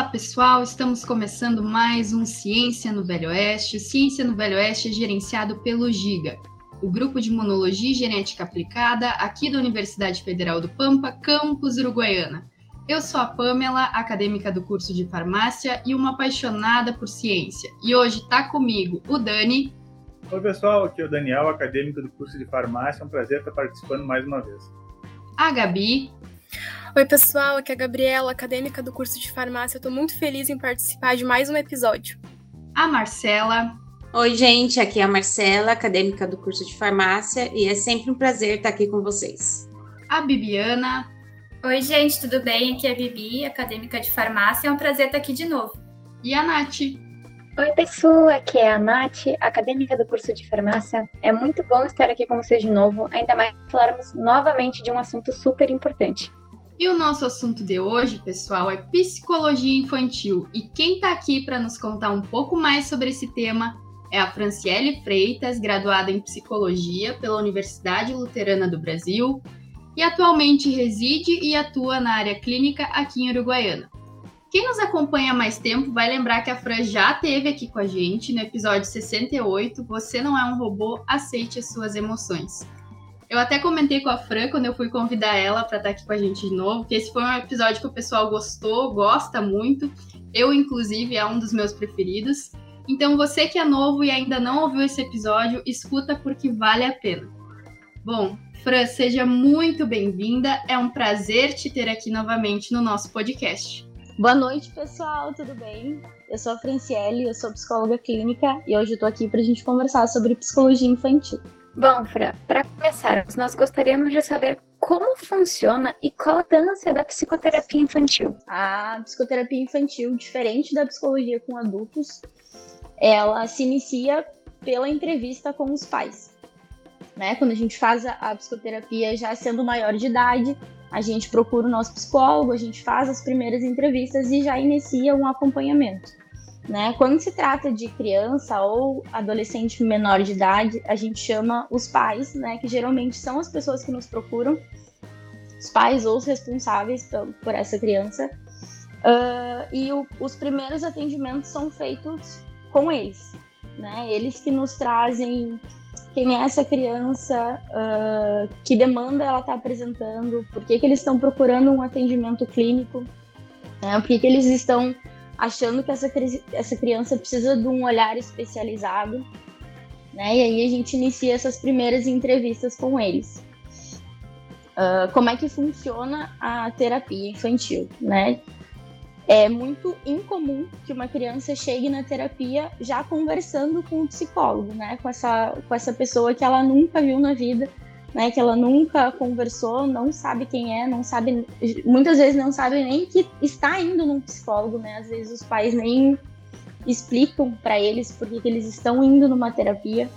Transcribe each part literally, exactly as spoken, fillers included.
pessoal, estamos começando mais um Ciência no Velho Oeste. O Ciência no Velho Oeste é gerenciado pelo GIGA, o Grupo de Imunologia e Genética Aplicada aqui da Universidade Federal do Pampa, campus Uruguaiana. Eu sou a Pamela, acadêmica do curso de farmácia e uma apaixonada por ciência. E hoje está comigo o Dani. Oi pessoal, aqui é o Daniel, acadêmico do curso de farmácia. É um prazer estar participando mais uma vez. A Gabi. Oi pessoal, aqui é a Gabriela, acadêmica do curso de farmácia. Estou muito feliz em participar de mais um episódio. A Marcela. Oi gente, aqui é a Marcela, acadêmica do curso de farmácia, e é sempre um prazer estar aqui com vocês. A Bibiana. Oi gente, tudo bem? Aqui é a Bibi, acadêmica de farmácia. É um prazer estar aqui de novo. E a Nath. Oi pessoal, aqui é a Nath, acadêmica do curso de farmácia. É muito bom estar aqui com vocês de novo, ainda mais falarmos novamente de um assunto super importante. E o nosso assunto de hoje, pessoal, é psicologia infantil. E quem está aqui para nos contar um pouco mais sobre esse tema é a Franciele Freitas, graduada em psicologia pela Universidade Luterana do Brasil e atualmente reside e atua na área clínica aqui em Uruguaiana. Quem nos acompanha há mais tempo vai lembrar que a Fran já esteve aqui com a gente no episódio sessenta e oito, Você Não É um Robô, Aceite as Suas Emoções. Eu até comentei com a Fran quando eu fui convidar ela para estar aqui com a gente de novo, que esse foi um episódio que o pessoal gostou, gosta muito. Eu, inclusive, é um dos meus preferidos. Então, você que é novo e ainda não ouviu esse episódio, escuta porque vale a pena. Bom, Fran, seja muito bem-vinda. É um prazer te ter aqui novamente no nosso podcast. Boa noite, pessoal, tudo bem? Eu sou a Franciele, eu sou psicóloga clínica e hoje eu tô aqui pra gente conversar sobre psicologia infantil. Bom, Fran, para começarmos, nós gostaríamos de saber como funciona e qual a importância da psicoterapia infantil. A psicoterapia infantil, diferente da psicologia com adultos, ela se inicia pela entrevista com os pais. Né? Quando a gente faz a psicoterapia já sendo maior de idade, a gente procura o nosso psicólogo, a gente faz as primeiras entrevistas e já inicia um acompanhamento. Né? Quando se trata de criança ou adolescente menor de idade, a gente chama os pais, né, que geralmente são as pessoas que nos procuram, os pais ou os responsáveis por, por essa criança, uh, e o, os primeiros atendimentos são feitos com eles. Né? Eles que nos trazem quem é essa criança, uh, que demanda ela está apresentando, por que, que eles estão procurando um atendimento clínico, né? Por que, que eles estão achando que essa, essa criança precisa de um olhar especializado, né? E aí a gente inicia essas primeiras entrevistas com eles. Uh, como é que funciona a terapia infantil, né? É muito incomum que uma criança chegue na terapia já conversando com o psicólogo, né? Com essa, com essa pessoa que ela nunca viu na vida, né, que ela nunca conversou, não sabe quem é, não sabe, muitas vezes não sabe nem que está indo num psicólogo, né? Às vezes os pais nem explicam para eles por que eles estão indo numa terapia.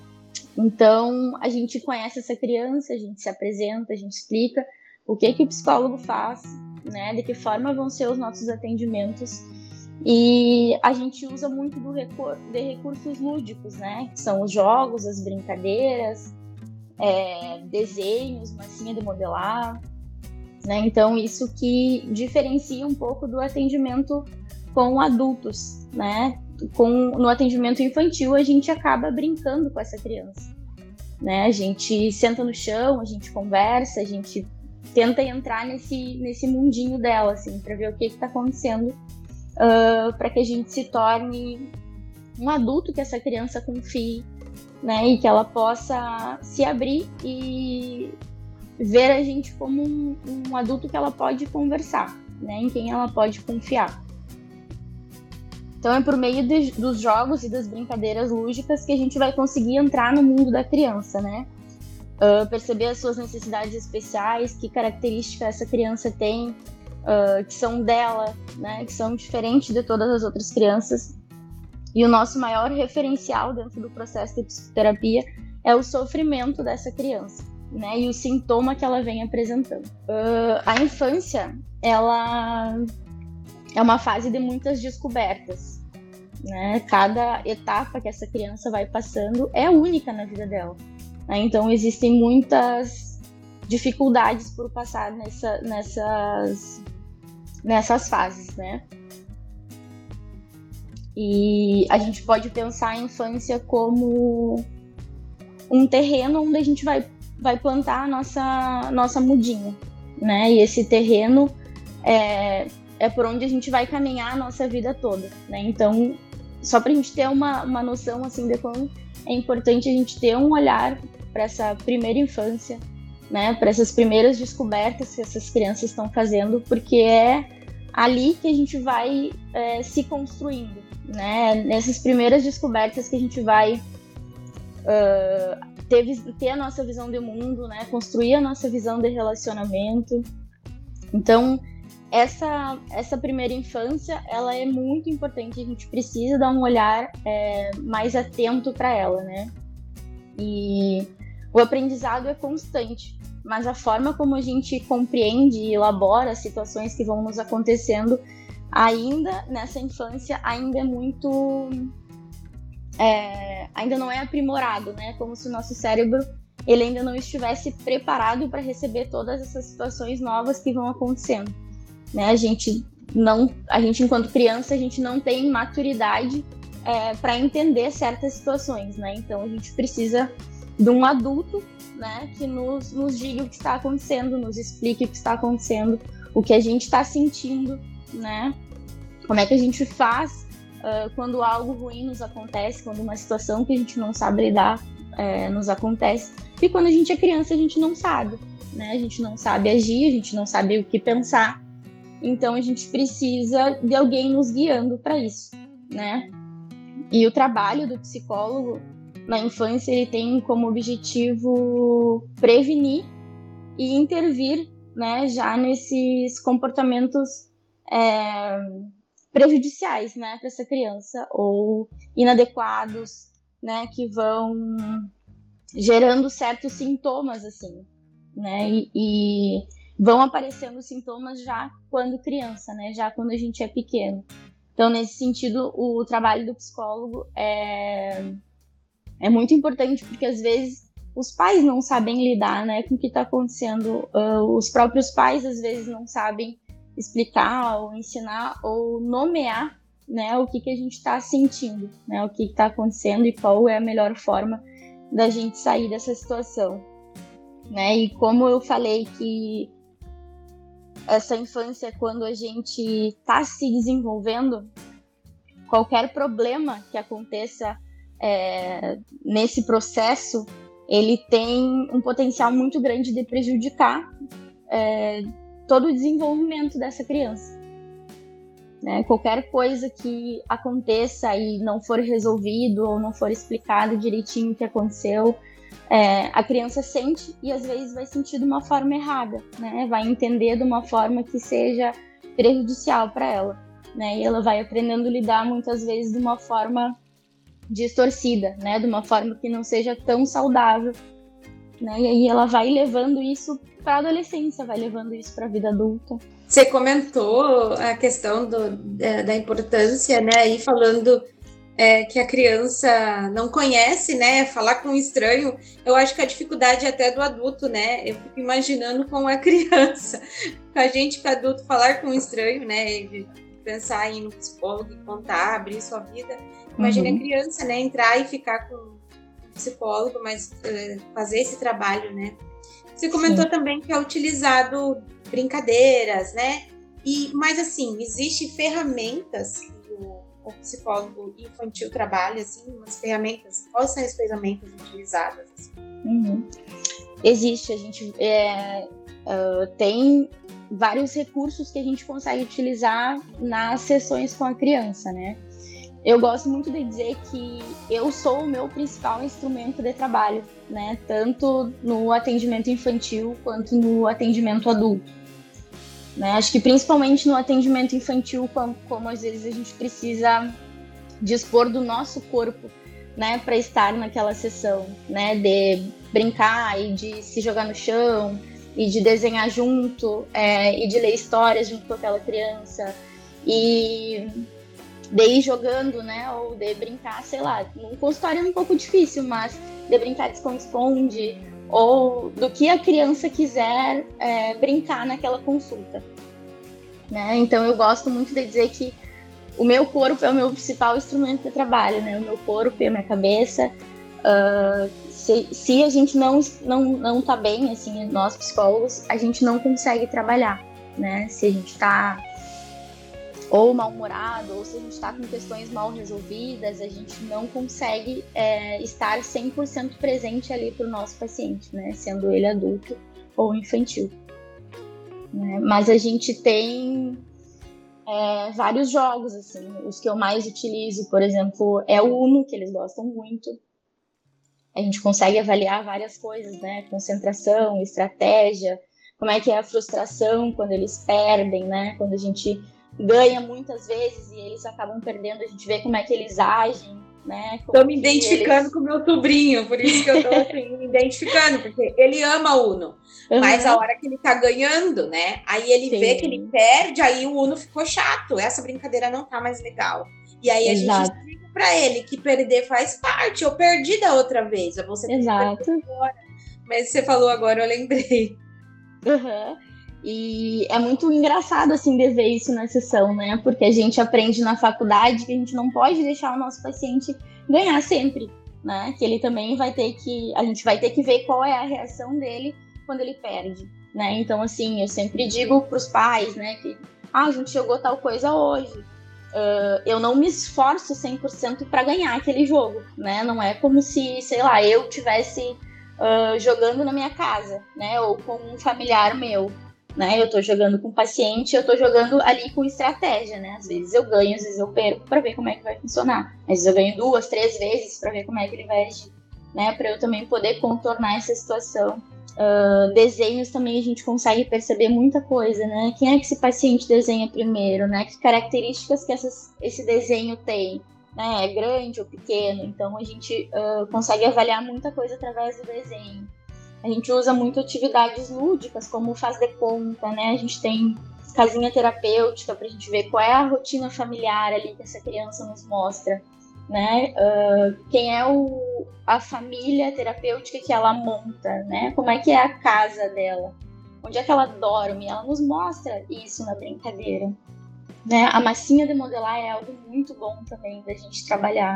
Então, a gente conhece essa criança, a gente se apresenta, a gente explica o que que o psicólogo faz, né? De que forma vão ser os nossos atendimentos. E a gente usa muito do recur- de recursos lúdicos, né? Que são os jogos, as brincadeiras, É, desenhos, massinha de modelar, né? Então isso que diferencia um pouco do atendimento com adultos, né? Com, no atendimento infantil a gente acaba brincando com essa criança, né? A gente senta no chão, a gente conversa, a gente tenta entrar nesse, nesse mundinho dela, assim, para ver o que está acontecendo, uh, para que a gente se torne um adulto que essa criança confie, né, e que ela possa se abrir e ver a gente como um, um adulto que ela pode conversar, né, em quem ela pode confiar. Então é por meio de, dos jogos e das brincadeiras lúdicas que a gente vai conseguir entrar no mundo da criança, né, uh, perceber as suas necessidades especiais, que características essa criança tem, uh, que são dela, né, que são diferentes de todas as outras crianças. E o nosso maior referencial dentro do processo de psicoterapia é o sofrimento dessa criança, né? E o sintoma que ela vem apresentando. Uh, a infância, ela é uma fase de muitas descobertas, né? Cada etapa que essa criança vai passando é única na vida dela, né? Então, existem muitas dificuldades por passar nessa, nessas, nessas fases, né? E a gente pode pensar a infância como um terreno onde a gente vai, vai plantar a nossa, nossa mudinha, né? E esse terreno é, é por onde a gente vai caminhar a nossa vida toda, né? Então, só para a gente ter uma, uma noção assim, de como é importante a gente ter um olhar para essa primeira infância, né? Para essas primeiras descobertas que essas crianças estão fazendo, porque é ali que a gente vai é, se construindo, né? Nessas primeiras descobertas que a gente vai uh, ter, ter a nossa visão de mundo, né? Construir a nossa visão de relacionamento. Então, essa, essa primeira infância, ela é muito importante, a gente precisa dar um olhar é, mais atento para ela, né? E o aprendizado é constante, mas a forma como a gente compreende e elabora as situações que vão nos acontecendo ainda nessa infância ainda é muito é, ainda não é aprimorado, né? Como se o nosso cérebro ele ainda não estivesse preparado para receber todas essas situações novas que vão acontecendo, né? A gente não, a gente enquanto criança a gente não tem maturidade é, para entender certas situações, né? Então a gente precisa de um adulto, né, que nos, nos diga o que está acontecendo, nos explique o que está acontecendo, o que a gente está sentindo, né? Como é que a gente faz uh, quando algo ruim nos acontece, quando uma situação que a gente não sabe lidar é, nos acontece. E quando a gente é criança, a gente não sabe, né? A gente não sabe agir, a gente não sabe o que pensar. Então, a gente precisa de alguém nos guiando para isso, né? E o trabalho do psicólogo na infância, ele tem como objetivo prevenir e intervir, né, já nesses comportamentos é, prejudiciais, né, para essa criança, ou inadequados, né, que vão gerando certos sintomas, assim, né, e, e vão aparecendo sintomas já quando criança, né, já quando a gente é pequeno. Então, nesse sentido, o trabalho do psicólogo é É muito importante porque, às vezes, os pais não sabem lidar, né, com o que está acontecendo. Uh, os próprios pais, às vezes, não sabem explicar ou ensinar ou nomear, né, o que, que a gente está sentindo, né, o que está acontecendo e qual é a melhor forma da gente sair dessa situação, né? E como eu falei que essa infância é quando a gente está se desenvolvendo, qualquer problema que aconteça É, nesse processo, ele tem um potencial muito grande de prejudicar é, todo o desenvolvimento dessa criança, né? Qualquer coisa que aconteça e não for resolvido ou não for explicado direitinho o que aconteceu, é, a criança sente e às vezes vai sentir de uma forma errada, né? Vai entender de uma forma que seja prejudicial para ela, né? E ela vai aprendendo a lidar muitas vezes de uma forma distorcida, né, de uma forma que não seja tão saudável, né, e aí ela vai levando isso para a adolescência, vai levando isso para a vida adulta. Você comentou a questão do, da, da importância, né, aí falando é, que a criança não conhece, né, falar com um estranho. Eu acho que a dificuldade é até do adulto, né, eu fico imaginando com a criança, a gente que é adulto falar com um estranho, né, pensar em ir no psicólogo e contar, abrir sua vida. Imagina uhum. a criança, né, entrar e ficar com o psicólogo, mas uh, fazer esse trabalho, né? Você comentou Sim. também que é utilizado brincadeiras, né? E, mas, assim, existem ferramentas que o, o psicólogo infantil trabalha, assim, umas ferramentas. Quais são as ferramentas utilizadas? Assim? Uhum. Existe, a gente é, uh, tem vários recursos que a gente consegue utilizar nas sessões com a criança, né? Eu gosto muito de dizer que eu sou o meu principal instrumento de trabalho, né? Tanto no atendimento infantil quanto no atendimento adulto, né? Acho que principalmente no atendimento infantil, como, como às vezes a gente precisa dispor do nosso corpo, né? Para estar naquela sessão, né? De brincar e de se jogar no chão e de desenhar junto é, e de ler histórias junto com aquela criança e de ir jogando, né, ou de brincar, sei lá, num consultório é um pouco difícil, mas de brincar de esconde-esconde, ou do que a criança quiser é, brincar naquela consulta, né? Então eu gosto muito de dizer que o meu corpo é o meu principal instrumento de trabalho, né? O meu corpo e a minha cabeça. Uh, se, se a gente não, não, não tá bem, assim, nós psicólogos, a gente não consegue trabalhar, né? Se a gente tá ou mal-humorado, ou se a gente tá com questões mal resolvidas, a gente não consegue é, estar cem por cento presente ali pro nosso paciente, né? Sendo ele adulto ou infantil. Né? Mas a gente tem é, vários jogos, assim, os que eu mais utilizo, por exemplo, é o Uno, que eles gostam muito. A gente consegue avaliar várias coisas, né? Concentração, estratégia, como é que é a frustração quando eles perdem, né? Quando a gente ganha muitas vezes e eles acabam perdendo, a gente vê como é que eles agem, né? Estou me identificando eles... com o meu sobrinho, por isso que eu estou assim, me identificando, porque ele ama o Uno, uhum. Mas a hora que ele tá ganhando, né? Aí ele Sim. vê que ele perde, aí o Uno ficou chato, essa brincadeira não tá mais legal. E aí a Exato. gente explica pra ele que perder faz parte, eu perdi da outra vez, você Exato. agora. Mas você falou agora, eu lembrei. Uhum. E é muito engraçado, assim, de ver isso na sessão, né? Porque a gente aprende na faculdade que a gente não pode deixar o nosso paciente ganhar sempre, né? Que ele também vai ter que... A gente vai ter que ver qual é a reação dele quando ele perde, né? Então, assim, eu sempre digo pros pais, né? Que, ah, a gente jogou tal coisa hoje. Uh, eu não me esforço cem por cento para ganhar aquele jogo, né? Não é como se, sei lá, eu tivesse uh, jogando na minha casa, né? Ou com um familiar meu. Né? Eu tô jogando com o paciente, eu tô jogando ali com estratégia, né? Às vezes eu ganho, às vezes eu perco para ver como é que vai funcionar. Às vezes eu ganho duas, três vezes para ver como é que ele vai agir, né? Para eu também poder contornar essa situação. Uh, desenhos também a gente consegue perceber muita coisa, né? Quem é que esse paciente desenha primeiro, né? Que características que essas, esse desenho tem, né? É grande ou pequeno? Então a gente uh, consegue avaliar muita coisa através do desenho. A gente usa muito atividades lúdicas, como faz de conta, né? A gente tem casinha terapêutica para a gente ver qual é a rotina familiar ali que essa criança nos mostra, né? Uh, quem é o, a família terapêutica que ela monta, né? Como é que é a casa dela? Onde é que ela dorme? Ela nos mostra isso na brincadeira, né? A massinha de modelar é algo muito bom também da gente trabalhar.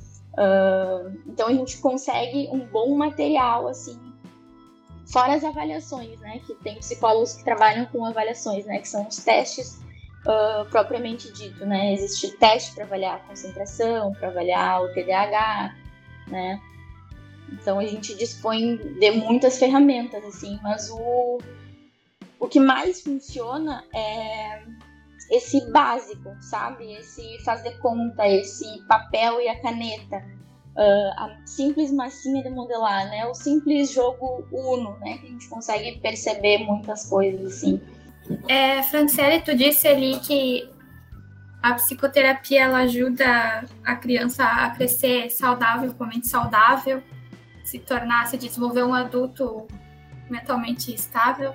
Uh, então a gente consegue um bom material, assim, fora as avaliações, né, que tem psicólogos que trabalham com avaliações, né, que são os testes uh, propriamente dito, né, existe teste para avaliar a concentração, para avaliar o T D A H, né, então a gente dispõe de muitas ferramentas, assim, mas o, o que mais funciona é esse básico, sabe, esse faz de conta, esse papel e a caneta, Uh, a simples massinha de modelar, né? O simples jogo Uno, né? Que a gente consegue perceber muitas coisas, assim. É, Franciele, tu disse ali que a psicoterapia, ela ajuda a criança a crescer saudável, com mente saudável, se tornar, se desenvolver um adulto mentalmente estável.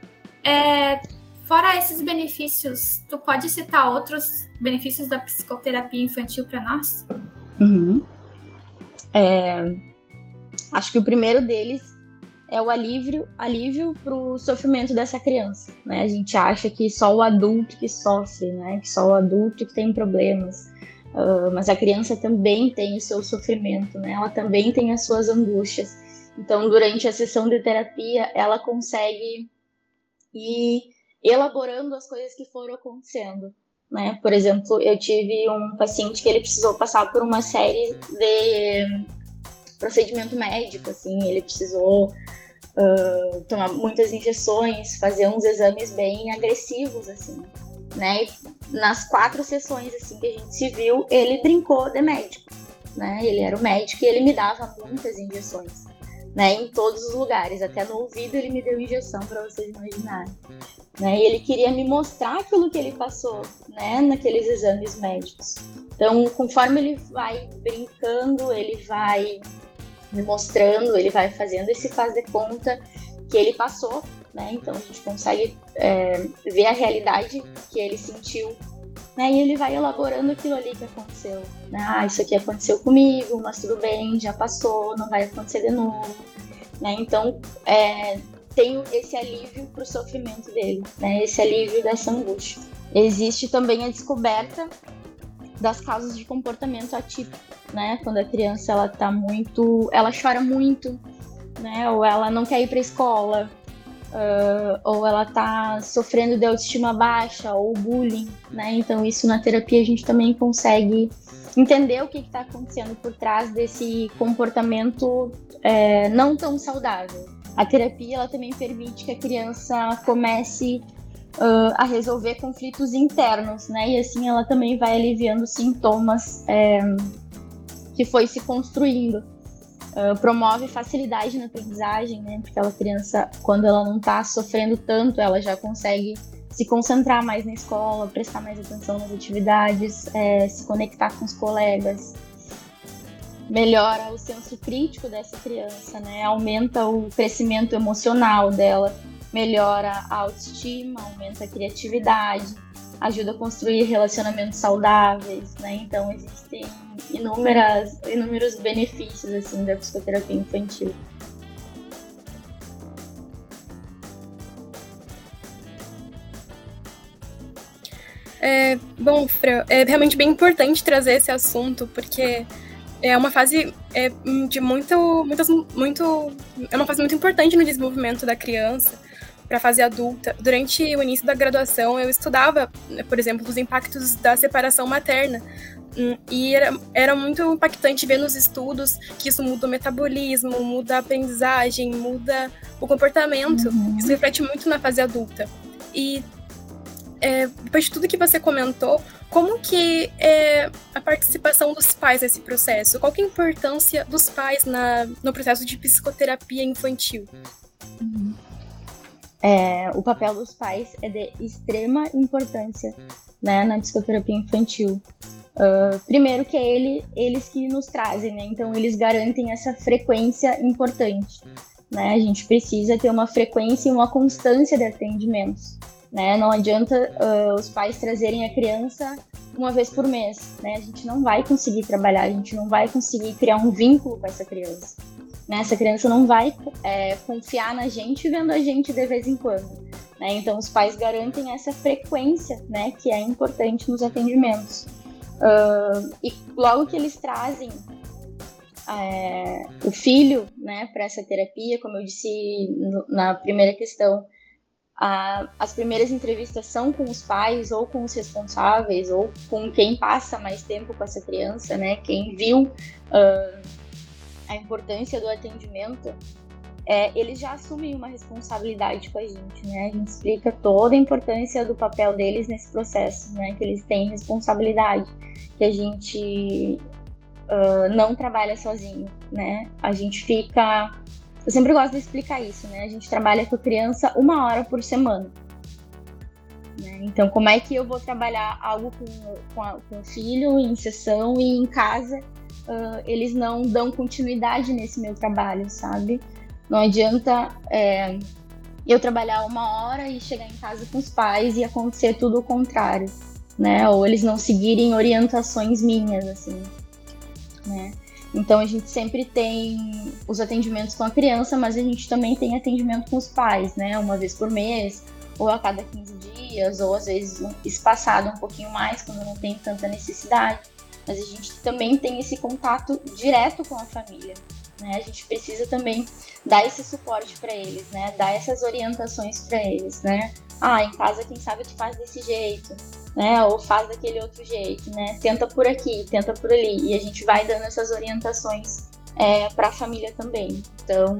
É, fora esses benefícios, tu pode citar outros benefícios da psicoterapia infantil para nós? Uhum. É, acho que o primeiro deles é o alívio, alívio para o sofrimento dessa criança, né? A gente acha que só o adulto que sofre, né? Que só o adulto que tem problemas, uh, mas a criança também tem o seu sofrimento, né? Ela também tem as suas angústias. Então, durante a sessão de terapia, ela consegue ir elaborando as coisas que foram acontecendo. Né? Por exemplo, eu tive um paciente que ele precisou passar por uma série de procedimento médico, assim, ele precisou uh, tomar muitas injeções, fazer uns exames bem agressivos, assim, né? E nas quatro sessões, assim, que a gente se viu, ele brincou de médico, né? Ele era o médico e ele me dava muitas injeções, né? Em todos os lugares, até no ouvido ele me deu injeção, para vocês imaginarem. Né, e ele queria me mostrar aquilo que ele passou, né, naqueles exames médicos. Então, conforme ele vai brincando, ele vai me mostrando, ele vai fazendo esse faz de conta que ele passou, né? Então a gente consegue é, ver a realidade que ele sentiu, né? E ele vai elaborando aquilo ali que aconteceu, né? Ah, isso aqui aconteceu comigo, mas tudo bem, já passou, não vai acontecer de novo, né? Então, é, tem esse alívio para o sofrimento dele, né? Esse alívio dessa angústia. Existe também a descoberta das causas de comportamento atípico, né? Quando a criança ela tá muito, ela chora muito, né? Ou ela não quer ir para a escola, uh, ou ela tá sofrendo de autoestima baixa ou bullying, né? Então isso na terapia a gente também consegue entender o que está acontecendo por trás desse comportamento é, não tão saudável. A terapia ela também permite que a criança comece Uh, a resolver conflitos internos, né? E assim ela também vai aliviando sintomas é, que foi se construindo. Uh, promove facilidade na aprendizagem, né? Porque aquela criança, quando ela não está sofrendo tanto, ela já consegue se concentrar mais na escola, prestar mais atenção nas atividades, é, se conectar com os colegas. Melhora o senso crítico dessa criança, né? Aumenta o crescimento emocional dela. Melhora a autoestima, aumenta a criatividade, ajuda a construir relacionamentos saudáveis, né? Então existem inúmeras, inúmeros benefícios assim da psicoterapia infantil. É, bom, Fran, é realmente bem importante trazer esse assunto, porque é uma fase é, de muito, muitas, muito, é uma fase muito importante no desenvolvimento da criança para a fase adulta. Durante o início da graduação, eu estudava, por exemplo, os impactos da separação materna. E era, era muito impactante ver nos estudos que isso muda o metabolismo, muda a aprendizagem, muda o comportamento. Uhum. Isso reflete muito na fase adulta. E é, depois de tudo que você comentou, como que é a participação dos pais nesse processo? Qual que é a importância dos pais na, no processo de psicoterapia infantil? Uhum. É, o papel dos pais é de extrema importância, né, na psicoterapia infantil. Uh, primeiro que é ele, eles que nos trazem, né? Então eles garantem essa frequência importante, né? A gente precisa ter uma frequência e uma constância de atendimentos, né? Não adianta uh, os pais trazerem a criança uma vez por mês, né? A gente não vai conseguir trabalhar, a gente não vai conseguir criar um vínculo com essa criança. Essa criança não vai é, confiar na gente vendo a gente de vez em quando, né? Então os pais garantem essa frequência, né, que é importante nos atendimentos. Uh, e logo que eles trazem é, o filho, né, para essa terapia, como eu disse no, na primeira questão, a, as primeiras entrevistas são com os pais ou com os responsáveis ou com quem passa mais tempo com essa criança, né, quem viu uh, a importância do atendimento, é, eles já assumem uma responsabilidade com a gente, né? A gente explica toda a importância do papel deles nesse processo, né? Que eles têm responsabilidade, que a gente uh, não trabalha sozinho, né? A gente fica... Eu sempre gosto de explicar isso, né? A gente trabalha com a criança uma hora por semana. Né? Então, como é que eu vou trabalhar algo com, com, a, com o filho em sessão e em casa? Uh, eles não dão continuidade nesse meu trabalho, sabe? Não adianta é, eu trabalhar uma hora e chegar em casa com os pais e acontecer tudo o contrário, né? Ou eles não seguirem orientações minhas, assim, né? Então a gente sempre tem os atendimentos com a criança, mas a gente também tem atendimento com os pais, né? Uma vez por mês, ou a cada quinze dias, ou às vezes espaçado um pouquinho mais, quando não tem tanta necessidade. Mas a gente também tem esse contato direto com a família, né? A gente precisa também dar esse suporte para eles, né? Dar essas orientações para eles, né? Ah, em casa quem sabe tu faz desse jeito, né? Ou faz daquele outro jeito, né? Tenta por aqui, tenta por ali. E a gente vai dando essas orientações é, para a família também. Então,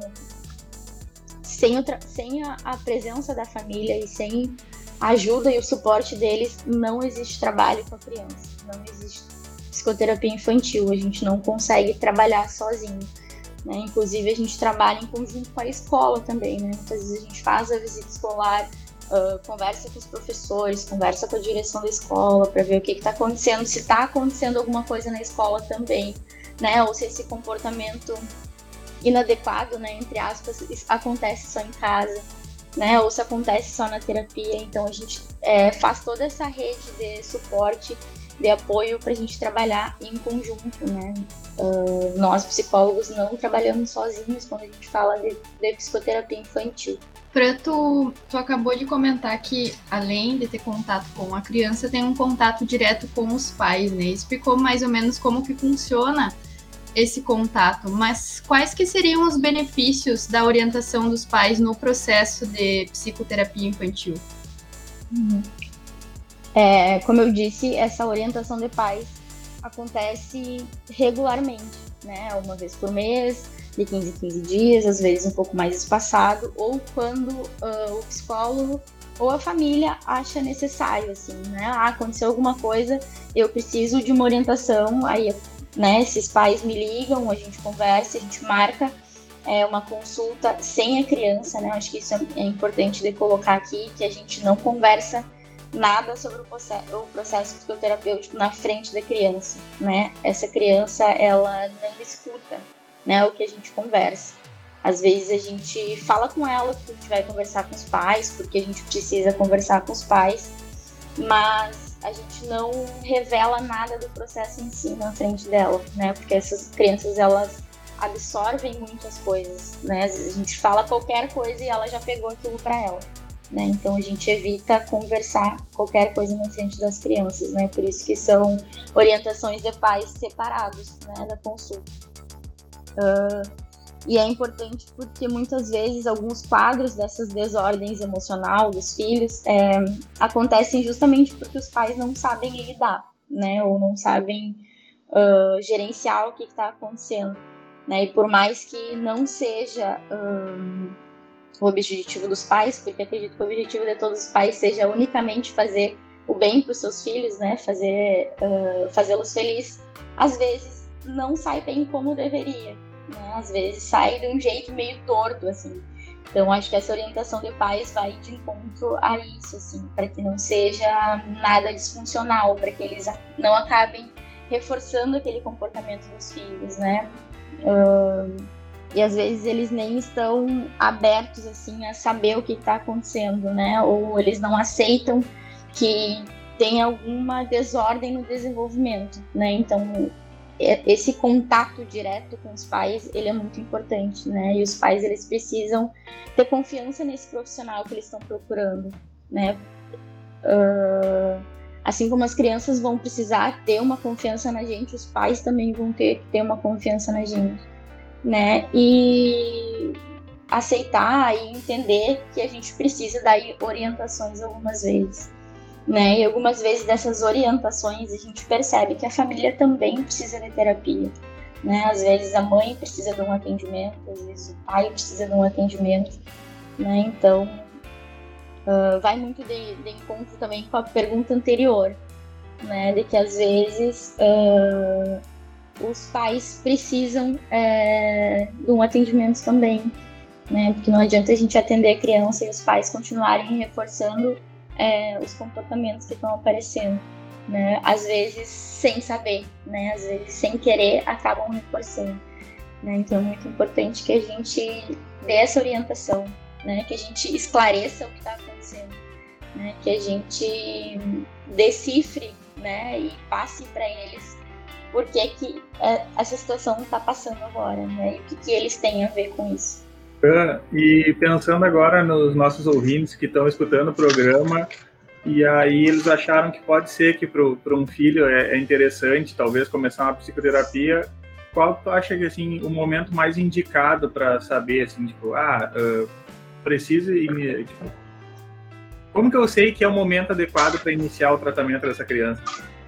sem, o tra- sem a, a presença da família e sem a ajuda e o suporte deles, não existe trabalho com a criança, não existe psicoterapia infantil, a gente não consegue trabalhar sozinho, né? Inclusive a gente trabalha em conjunto com a escola também, né? Muitas vezes a gente faz a visita escolar, uh, conversa com os professores, conversa com a direção da escola para ver o que está acontecendo, se está acontecendo alguma coisa na escola também, né? Ou se esse comportamento inadequado, né, entre aspas, acontece só em casa, né? Ou se acontece só na terapia. Então a gente é, faz toda essa rede de suporte, de apoio para a gente trabalhar em conjunto, né? Uh, nós, psicólogos, não trabalhamos sozinhos quando a gente fala de, de psicoterapia infantil. Fran, tu, tu acabou de comentar que, além de ter contato com a criança, tem um contato direto com os pais, né? Explicou mais ou menos como que funciona esse contato, mas quais que seriam os benefícios da orientação dos pais no processo de psicoterapia infantil? Uhum. É, como eu disse, essa orientação de pais acontece regularmente, né? Uma vez por mês, de quinze em quinze dias, às vezes um pouco mais espaçado, ou quando uh, o psicólogo ou a família acha necessário, assim, né? Ah, aconteceu alguma coisa, eu preciso de uma orientação, aí, né, esses pais me ligam, a gente conversa, a gente marca é, uma consulta sem a criança, né? Eu acho que isso é importante de colocar aqui, que a gente não conversa nada sobre o processo, o processo psicoterapêutico na frente da criança, né? Essa criança, ela não escuta, né, o que a gente conversa. Às vezes a gente fala com ela porque a gente vai conversar com os pais, porque a gente precisa conversar com os pais, mas a gente não revela nada do processo em si na frente dela, né? Porque essas crianças, elas absorvem muitas coisas, né? Às vezes a gente fala qualquer coisa e ela já pegou aquilo para ela, né? Então a gente evita conversar qualquer coisa na frente das crianças, né? Por isso que são orientações de pais separados, né, da consulta. Uh, e é importante porque muitas vezes alguns quadros dessas desordens emocional dos filhos é, acontecem justamente porque os pais não sabem lidar, né, ou não sabem uh, gerenciar o que está acontecendo, né, e por mais que não seja uh, o objetivo dos pais, porque acredito que o objetivo de todos os pais seja unicamente fazer o bem para os seus filhos, né, fazer, uh, fazê-los felizes, às vezes não sai bem como deveria, né? Às vezes sai de um jeito meio torto, assim. Então, acho que essa orientação de pais vai de encontro a isso, assim, para que não seja nada disfuncional, para que eles não acabem reforçando aquele comportamento dos filhos, né? Uh, e às vezes eles nem estão abertos, assim, a saber o que está acontecendo, né? Ou eles não aceitam que tem alguma desordem no desenvolvimento, né? Então, esse contato direto com os pais, ele é muito importante, né? E os pais, eles precisam ter confiança nesse profissional que eles estão procurando, né? Uh, assim como as crianças vão precisar ter uma confiança na gente, os pais também vão ter que ter uma confiança na gente, né? E aceitar e entender que a gente precisa dar orientações algumas vezes, né? E algumas vezes dessas orientações a gente percebe que a família também precisa de terapia, né? Às vezes a mãe precisa de um atendimento, às vezes o pai precisa de um atendimento, né? Então uh, vai muito de, de encontro também com a pergunta anterior, né? De que às vezes uh, os pais precisam é, de um atendimento também, né? Porque não adianta a gente atender a criança e os pais continuarem reforçando É, os comportamentos que estão aparecendo, né? Às vezes sem saber, né? Às vezes sem querer acabam reforçando, né? Então é muito importante que a gente dê essa orientação, né? Que a gente esclareça o que está acontecendo, né? Que a gente decifre, né? E passe para eles por que que essa situação está passando agora, né? E o que que eles têm a ver com isso. E pensando agora nos nossos ouvintes que estão escutando o programa, e aí eles acharam que pode ser que para um filho é, é interessante, talvez, começar uma psicoterapia, qual tu acha que, assim, o momento mais indicado para saber, assim, tipo, ah, uh, preciso... Tipo, como que eu sei que é o momento adequado para iniciar o tratamento dessa criança?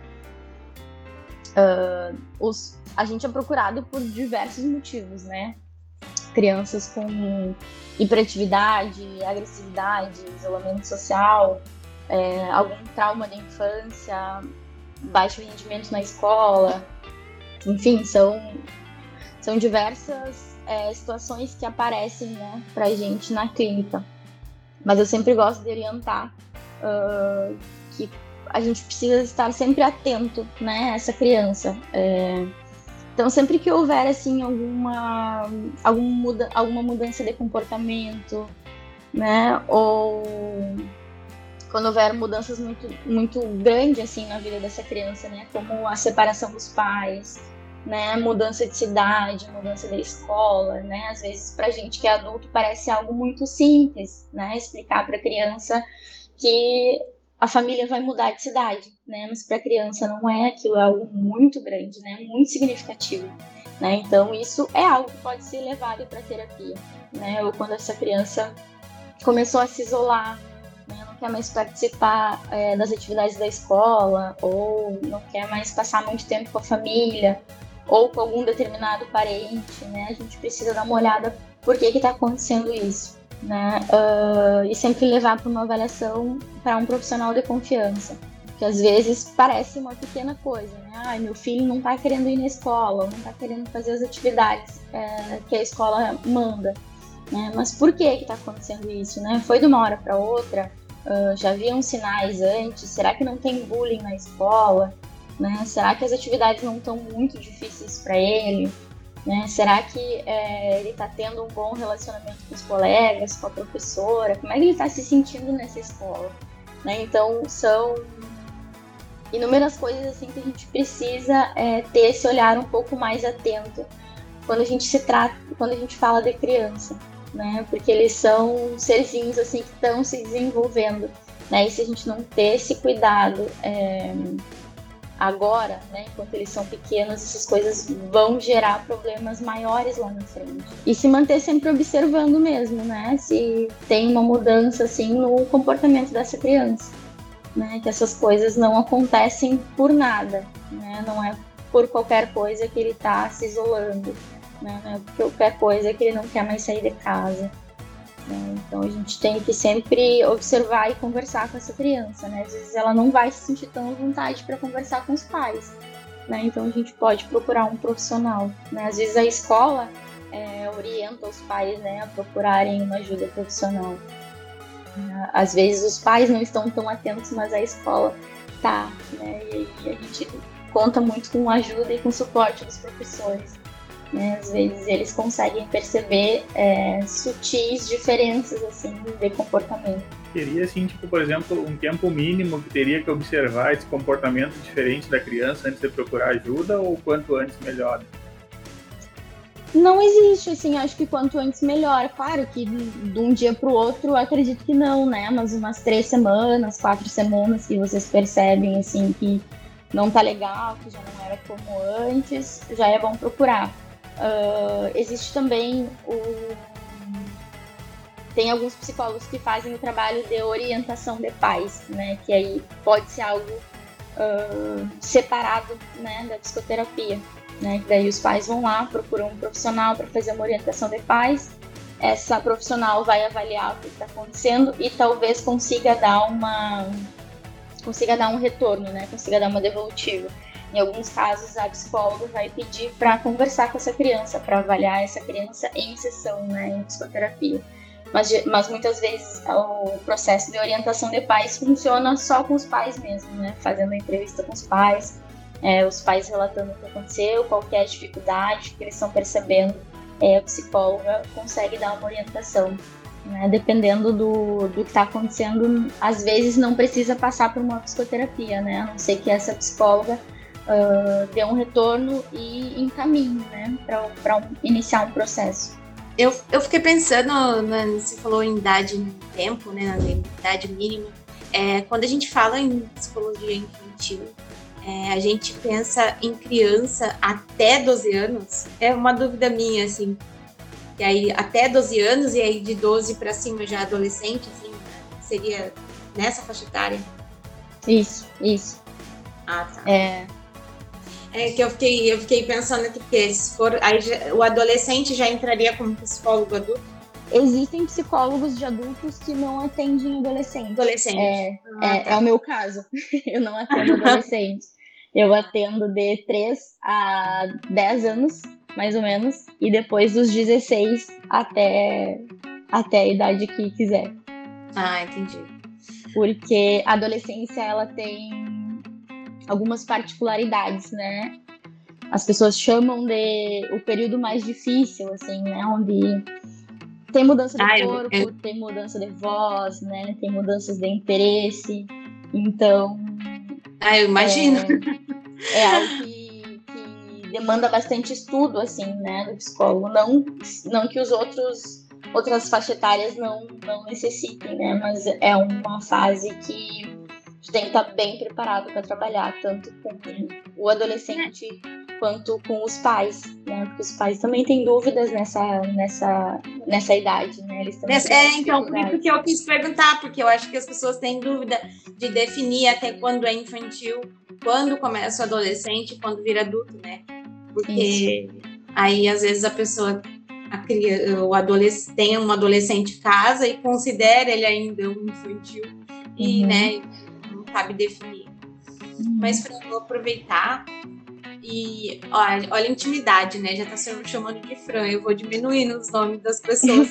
Uh, os, a gente é procurado por diversos motivos, né? Crianças com hiperatividade, agressividade, isolamento social, é, algum trauma da infância, baixo rendimento na escola, enfim, são, são diversas é, situações que aparecem, né, pra gente na clínica. Mas eu sempre gosto de orientar uh, que a gente precisa estar sempre atento, né, a essa criança. É, Então, sempre que houver, assim, alguma, algum muda, alguma mudança de comportamento, né, ou quando houver mudanças muito, muito grandes, assim, na vida dessa criança, né, como a separação dos pais, né? Mudança de cidade, mudança da escola, né? Às vezes pra gente que é adulto parece algo muito simples, né? Explicar para a criança que a família vai mudar de cidade, né? Mas para a criança não é, aquilo, é algo muito grande, né? Muito significativo, né? Então isso é algo que pode ser levado para terapia, né? Ou quando essa criança começou a se isolar, né? Não quer mais participar é, das atividades da escola, ou não quer mais passar muito tempo com a família, ou com algum determinado parente, né? A gente precisa dar uma olhada por que que está acontecendo isso, né? Uh, e sempre levar para uma avaliação para um profissional de confiança, que às vezes parece uma pequena coisa, né? Ai, meu filho não está querendo ir na escola, ou não está querendo fazer as atividades é, que a escola manda, né? Mas por que que está acontecendo isso, né? Foi de uma hora para outra? Uh, já haviam sinais antes? Será que não tem bullying na escola? Né? Será que as atividades não estão muito difíceis para ele? Né? Será que é, ele está tendo um bom relacionamento com os colegas, com a professora? Como é que ele está se sentindo nessa escola? Né? Então, são inúmeras coisas assim que a gente precisa é, ter esse olhar um pouco mais atento quando a gente se trata, quando a gente fala de criança, né? Porque eles são serzinhos assim que estão se desenvolvendo, né? E se a gente não ter esse cuidado é, agora, né, enquanto eles são pequenos, essas coisas vão gerar problemas maiores lá na frente. E se manter sempre observando mesmo, né, se tem uma mudança assim no comportamento dessa criança, né, que essas coisas não acontecem por nada, né, não é por qualquer coisa que ele está se isolando, né, não é por qualquer coisa que ele não quer mais sair de casa. Então a gente tem que sempre observar e conversar com essa criança, né? Às vezes ela não vai se sentir tão à vontade para conversar com os pais, né? Então a gente pode procurar um profissional, né? Às vezes a escola é, orienta os pais, né, a procurarem uma ajuda profissional. Às vezes os pais não estão tão atentos, mas a escola tá, né? E a gente conta muito com a ajuda e com o suporte dos professores. Né? Às vezes eles conseguem perceber é, sutis diferenças assim, de comportamento. Teria, assim, tipo, por exemplo, um tempo mínimo que teria que observar esse comportamento diferente da criança antes de procurar ajuda, ou quanto antes melhor? Não existe, assim, acho que quanto antes melhor. Claro que de um dia para o outro, acredito que não, né? Mas umas três semanas, quatro semanas que vocês percebem, assim, que não tá legal, que já não era como antes, já é bom procurar. Uh, existe também o... tem alguns psicólogos que fazem o trabalho de orientação de pais, né, que aí pode ser algo uh, separado, né, da psicoterapia, né, que daí os pais vão lá, procuram um profissional para fazer uma orientação de pais, essa profissional vai avaliar o que está acontecendo e talvez consiga dar uma consiga dar um retorno, né, consiga dar uma devolutiva. Em alguns casos, a psicóloga vai pedir para conversar com essa criança, para avaliar essa criança em sessão, né, em psicoterapia. Mas, mas muitas vezes o processo de orientação de pais funciona só com os pais mesmo, né, fazendo a entrevista com os pais, é, os pais relatando o que aconteceu, qualquer dificuldade que eles estão percebendo, é, a psicóloga consegue dar uma orientação. Né, dependendo do, do que está acontecendo, às vezes não precisa passar por uma psicoterapia, né, a não ser que essa psicóloga Uh, dê um retorno e encaminhe, né, para um, iniciar um processo. Eu, eu fiquei pensando, né, você falou em idade e tempo, né, na idade mínima. É, quando a gente fala em psicologia infantil, é, a gente pensa em criança até doze anos. É uma dúvida minha, assim. E aí, até doze anos, e aí de doze para cima já adolescente, assim, seria nessa faixa etária? Isso, isso. Ah, tá. É... É que eu fiquei, eu fiquei pensando que porque se for, aí já, o adolescente já entraria como psicólogo adulto? Existem psicólogos de adultos que não atendem adolescentes. Adolescente. É, ah, é, tá. é o meu caso. Eu não atendo adolescentes. Eu atendo de três a dez anos, mais ou menos, e depois dos dezesseis até, até a idade que quiser. Ah, entendi. Porque a adolescência, ela tem algumas particularidades, né? As pessoas chamam de o período mais difícil, assim, né? Onde tem mudança de ah, corpo, eu... tem mudança de voz, né? Tem mudanças de interesse. Então... Ah, eu imagino. É, é algo que, que demanda bastante estudo, assim, né, do psicólogo. Não, não que os outros outras faixas etárias não, não necessitem, né, mas é uma fase que a gente tem que estar bem preparado para trabalhar, tanto com o adolescente quanto com os pais, né? Porque os pais também têm dúvidas nessa, nessa, nessa idade, né? Eles também Nessa, é, então, por isso que eu quis perguntar, porque eu acho que as pessoas têm dúvida de definir até quando é infantil, quando começa o adolescente, quando vira adulto, né? Porque isso. Aí, às vezes, a pessoa, a criança, o adolescente, tem um adolescente em casa e considera ele ainda um infantil e, uhum. né, não sabe definir. Uhum. Mas, eu vou aproveitar. E olha, olha a intimidade, né? Já tá se chamando de Fran. Eu vou diminuindo os nomes das pessoas.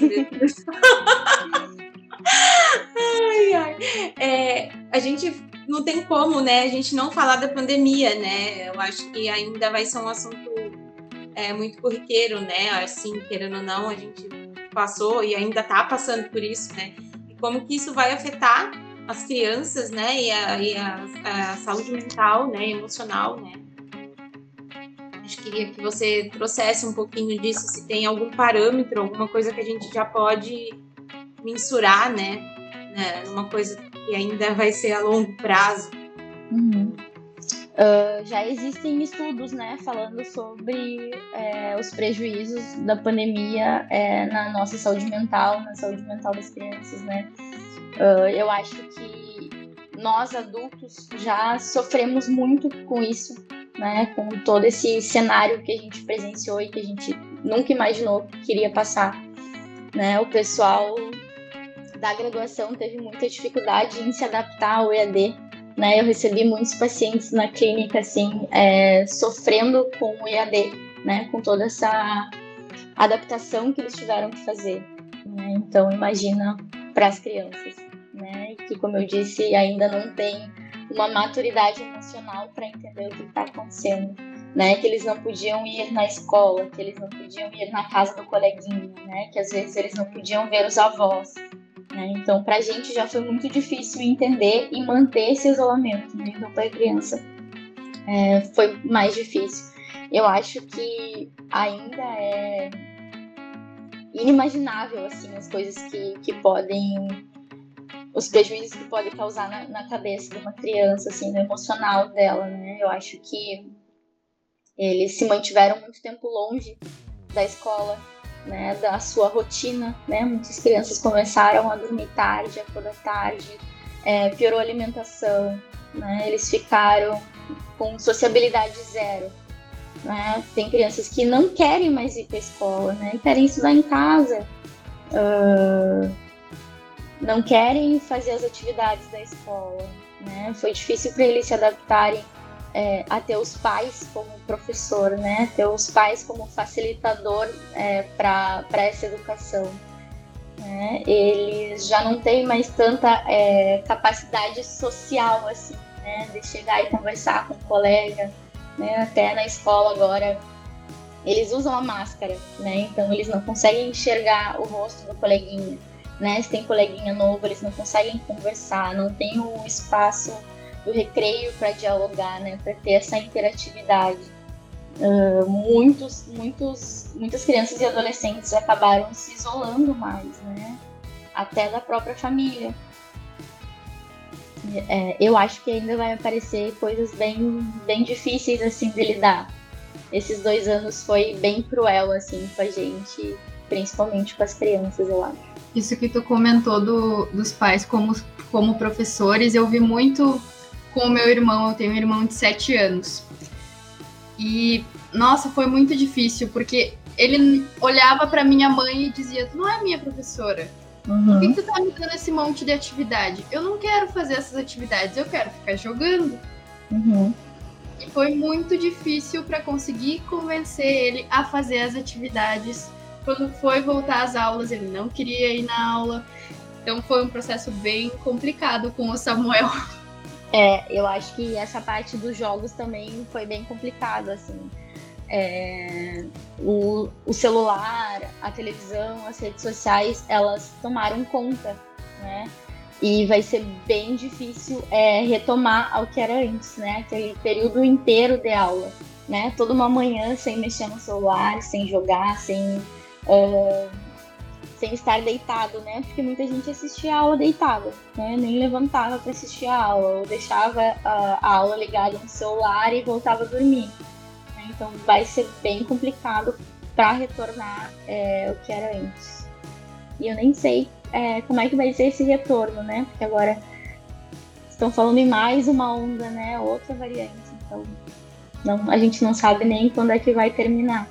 ai, ai. É, a gente não tem como, né? A gente não falar da pandemia, né? Eu acho que ainda vai ser um assunto é, muito corriqueiro, né? Assim, querendo ou não, a gente passou e ainda tá passando por isso, né? E como que isso vai afetar as crianças, né? E a, e a, a saúde mental, né? Emocional, né? Queria que você trouxesse um pouquinho disso, se tem algum parâmetro, alguma coisa que a gente já pode mensurar, né? né uma coisa que ainda vai ser a longo prazo. Uhum. Uh, já existem estudos, né, falando sobre é, os prejuízos da pandemia é, na nossa saúde mental, na saúde mental das crianças, né? Uh, eu acho que nós, adultos, já sofremos muito com isso, né, com todo esse cenário que a gente presenciou e que a gente nunca imaginou que queria passar, né? O pessoal da graduação teve muita dificuldade em se adaptar ao E A D, né? Eu recebi muitos pacientes na clínica, assim, é, sofrendo com o E A D, né? Com toda essa adaptação que eles tiveram que fazer, né? Então, imagina para as crianças, né? Que, como eu disse, ainda não tem uma maturidade emocional para entender o que está acontecendo, né? Que eles não podiam ir na escola, que eles não podiam ir na casa do coleguinha, né? Que às vezes eles não podiam ver os avós, né? Então, para a gente já foi muito difícil entender e manter esse isolamento, né? Então, para a criança é, foi mais difícil. Eu acho que ainda é inimaginável, assim, as coisas que, que podem... os prejuízos que pode causar na, na cabeça de uma criança, assim, no emocional dela, né? Eu acho que eles se mantiveram muito tempo longe da escola, né? Da sua rotina, né? Muitas crianças começaram a dormir tarde, acordar tarde, é, piorou a alimentação, né? Eles ficaram com sociabilidade zero, né? Tem crianças que não querem mais ir para a escola, né? Querem estudar em casa, uh... não querem fazer as atividades da escola, né? Foi difícil para eles se adaptarem é, a ter os pais como professor, né? Ter os pais como facilitador é, para essa educação, né? Eles já não têm mais tanta é, capacidade social, assim, né? De chegar e conversar com um colega, né? Até na escola agora eles usam a máscara, né? Então eles não conseguem enxergar o rosto do coleguinha, né? Se tem coleguinha novo, eles não conseguem conversar, não tem o espaço do recreio para dialogar, né? Para ter essa interatividade. Uh, muitos, muitos, muitas crianças e adolescentes acabaram se isolando mais, né? Até da própria família. É, eu acho que ainda vai aparecer coisas bem, bem difíceis assim de lidar. Esses dois anos foi bem cruel assim com a gente, principalmente com as crianças, eu acho. Isso que tu comentou do, dos pais como, como professores, eu vi muito com o meu irmão. Eu tenho um irmão de sete anos. E, nossa, foi muito difícil, porque ele olhava pra minha mãe e dizia: tu não é minha professora. Uhum. Por que tu tá me dando esse monte de atividade? Eu não quero fazer essas atividades, eu quero ficar jogando. Uhum. E foi muito difícil para conseguir convencer ele a fazer as atividades. Quando foi voltar às aulas, ele não queria ir na aula. Então foi um processo bem complicado com o Samuel. É, eu acho que essa parte dos jogos também foi bem complicado, assim. É, o, o celular, a televisão, as redes sociais, elas tomaram conta, né? E vai ser bem difícil é, retomar ao que era antes, né? Aquele período inteiro de aula, né? Toda uma manhã sem mexer no celular, sem jogar, sem, uh, sem estar deitado, né? Porque muita gente assistia a aula deitada, né? Nem levantava para assistir a aula, ou deixava a, a aula ligada no celular e voltava a dormir. Né? Então vai ser bem complicado para retornar é, o que era antes. E eu nem sei é, como é que vai ser esse retorno, né? Porque agora estão falando em mais uma onda, né? Outra variante. Então, não, a gente não sabe nem quando é que vai terminar.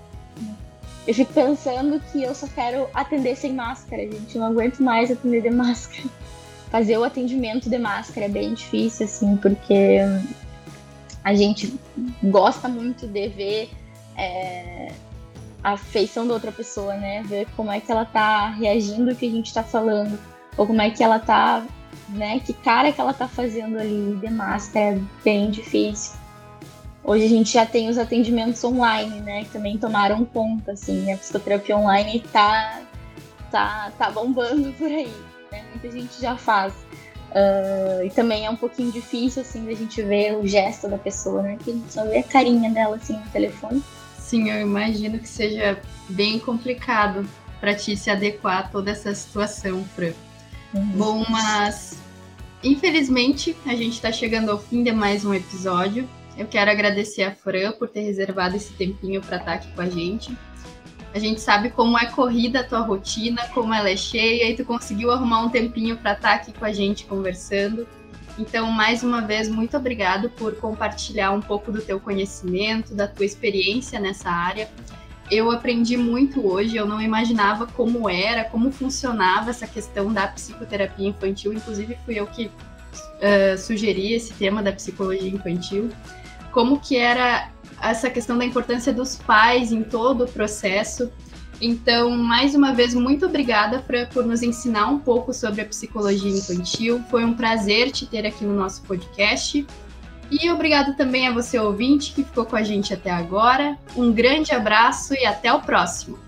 Eu fico pensando que eu só quero atender sem máscara, gente. Eu não aguento mais atender de máscara. Fazer o atendimento de máscara é bem difícil, assim, porque a gente gosta muito de ver é, a feição da outra pessoa, né? Ver como é que ela tá reagindo ao que a gente tá falando. Ou como é que ela tá, né? Que cara que ela tá fazendo ali de máscara é bem difícil. Hoje a gente já tem os atendimentos online, né? Que também tomaram conta, assim. A psicoterapia online tá, tá, tá bombando por aí, né? Muita gente já faz. Uh, e também é um pouquinho difícil, assim, da gente ver o gesto da pessoa, né? Que a gente só vê a carinha dela, assim, no telefone. Sim, eu imagino que seja bem complicado para ti se adequar a toda essa situação, Fran. Uhum. Bom, mas infelizmente a gente está chegando ao fim de mais um episódio. Eu quero agradecer a Fran por ter reservado esse tempinho para estar aqui com a gente. A gente sabe como é corrida a tua rotina, como ela é cheia, e tu conseguiu arrumar um tempinho para estar aqui com a gente conversando. Então, mais uma vez, muito obrigado por compartilhar um pouco do teu conhecimento, da tua experiência nessa área. Eu aprendi muito hoje, eu não imaginava como era, como funcionava essa questão da psicoterapia infantil. Inclusive, fui eu que uh, sugeri esse tema da psicologia infantil. Como que era essa questão da importância dos pais em todo o processo. Então, mais uma vez, muito obrigada, Fran, por nos ensinar um pouco sobre a psicologia infantil. Foi um prazer te ter aqui no nosso podcast. E obrigado também a você, ouvinte, que ficou com a gente até agora. Um grande abraço e até o próximo.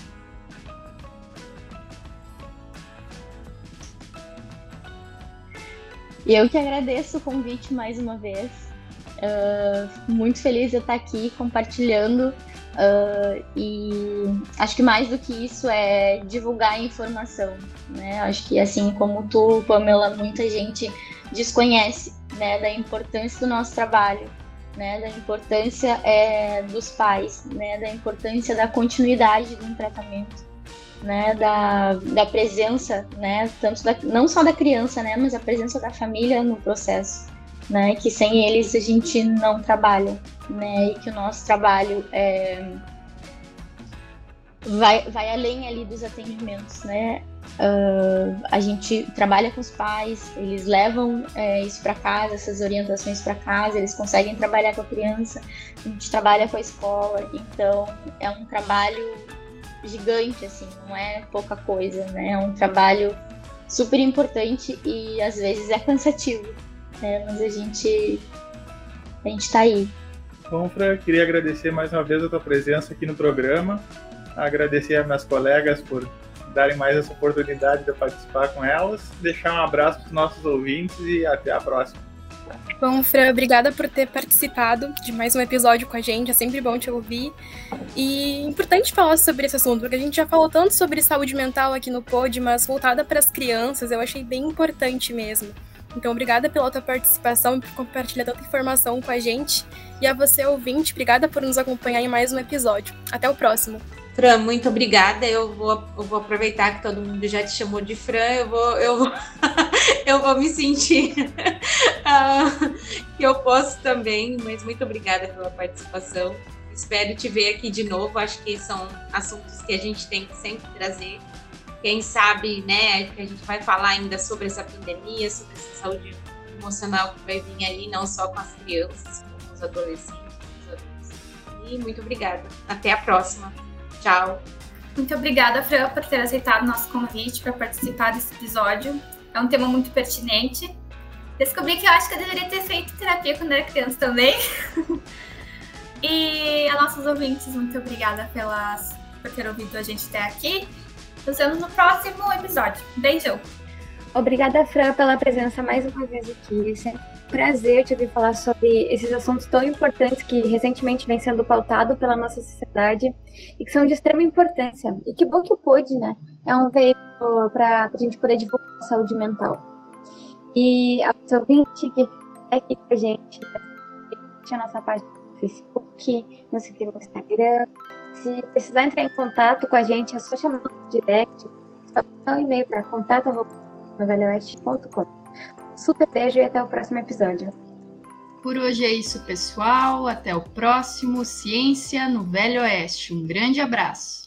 Eu que agradeço o convite mais uma vez. Uh, muito feliz de estar aqui compartilhando uh, e acho que mais do que isso é divulgar a informação, né? Acho que assim como tu, Pamela, muita gente desconhece, né, da importância do nosso trabalho, né, da importância é, dos pais, né, da importância da continuidade de um tratamento, né, da, da presença, né, tanto da, não só da criança, né, mas a presença da família no processo. Né, que sem eles a gente não trabalha, né, e que o nosso trabalho é, vai, vai além ali dos atendimentos, né. Uh, a gente trabalha com os pais, eles levam é, isso para casa, essas orientações para casa, eles conseguem trabalhar com a criança, a gente trabalha com a escola, então é um trabalho gigante, assim, não é pouca coisa, né, é um trabalho super importante e às vezes é cansativo. É, mas a gente a gente tá aí. Bom, Fran, queria agradecer mais uma vez a tua presença aqui no programa, agradecer a minhas colegas por darem mais essa oportunidade de participar com elas, deixar um abraço para os nossos ouvintes e até a próxima. Bom, Fran, obrigada por ter participado de mais um episódio com a gente, é sempre bom te ouvir. E é importante falar sobre esse assunto, porque a gente já falou tanto sobre saúde mental aqui no Pod, mas voltada para as crianças, eu achei bem importante mesmo. Então, obrigada pela tua participação e por compartilhar tanta informação com a gente. E a você, ouvinte, obrigada por nos acompanhar em mais um episódio. Até o próximo. Fran, muito obrigada. Eu vou, eu vou aproveitar que todo mundo já te chamou de Fran. Eu vou, eu vou, eu vou me sentir uh, que eu posso também. Mas muito obrigada pela participação. Espero te ver aqui de novo. Acho que são assuntos que a gente tem que sempre trazer. Quem sabe, né, que a gente vai falar ainda sobre essa pandemia, sobre essa saúde emocional que vai vir aí, não só com as crianças, como com os adolescentes, com os adultos. E muito obrigada. Até a próxima. Tchau. Muito obrigada, Fran, por ter aceitado o nosso convite para participar desse episódio. É um tema muito pertinente. Descobri que eu acho que eu deveria ter feito terapia quando era criança também. E a nossos ouvintes, muito obrigada pelas, por ter ouvido a gente até aqui. Nos vemos no próximo episódio. Beijo! Obrigada, Fran, pela presença mais uma vez aqui. É sempre um prazer te ouvir falar sobre esses assuntos tão importantes que recentemente vem sendo pautado pela nossa sociedade e que são de extrema importância. E que bom que o Pod, né? É um veículo para a gente poder divulgar a saúde mental. E a pessoa ouvinte que é aqui com a gente, a nossa página no Facebook, nos seguir no Instagram. Se precisar entrar em contato com a gente, é só chamar no direct, só mandar um e-mail para contato arroba no velho oeste ponto com. Super beijo e até o próximo episódio. Por hoje é isso, pessoal. Até o próximo Ciência no Velho Oeste. Um grande abraço.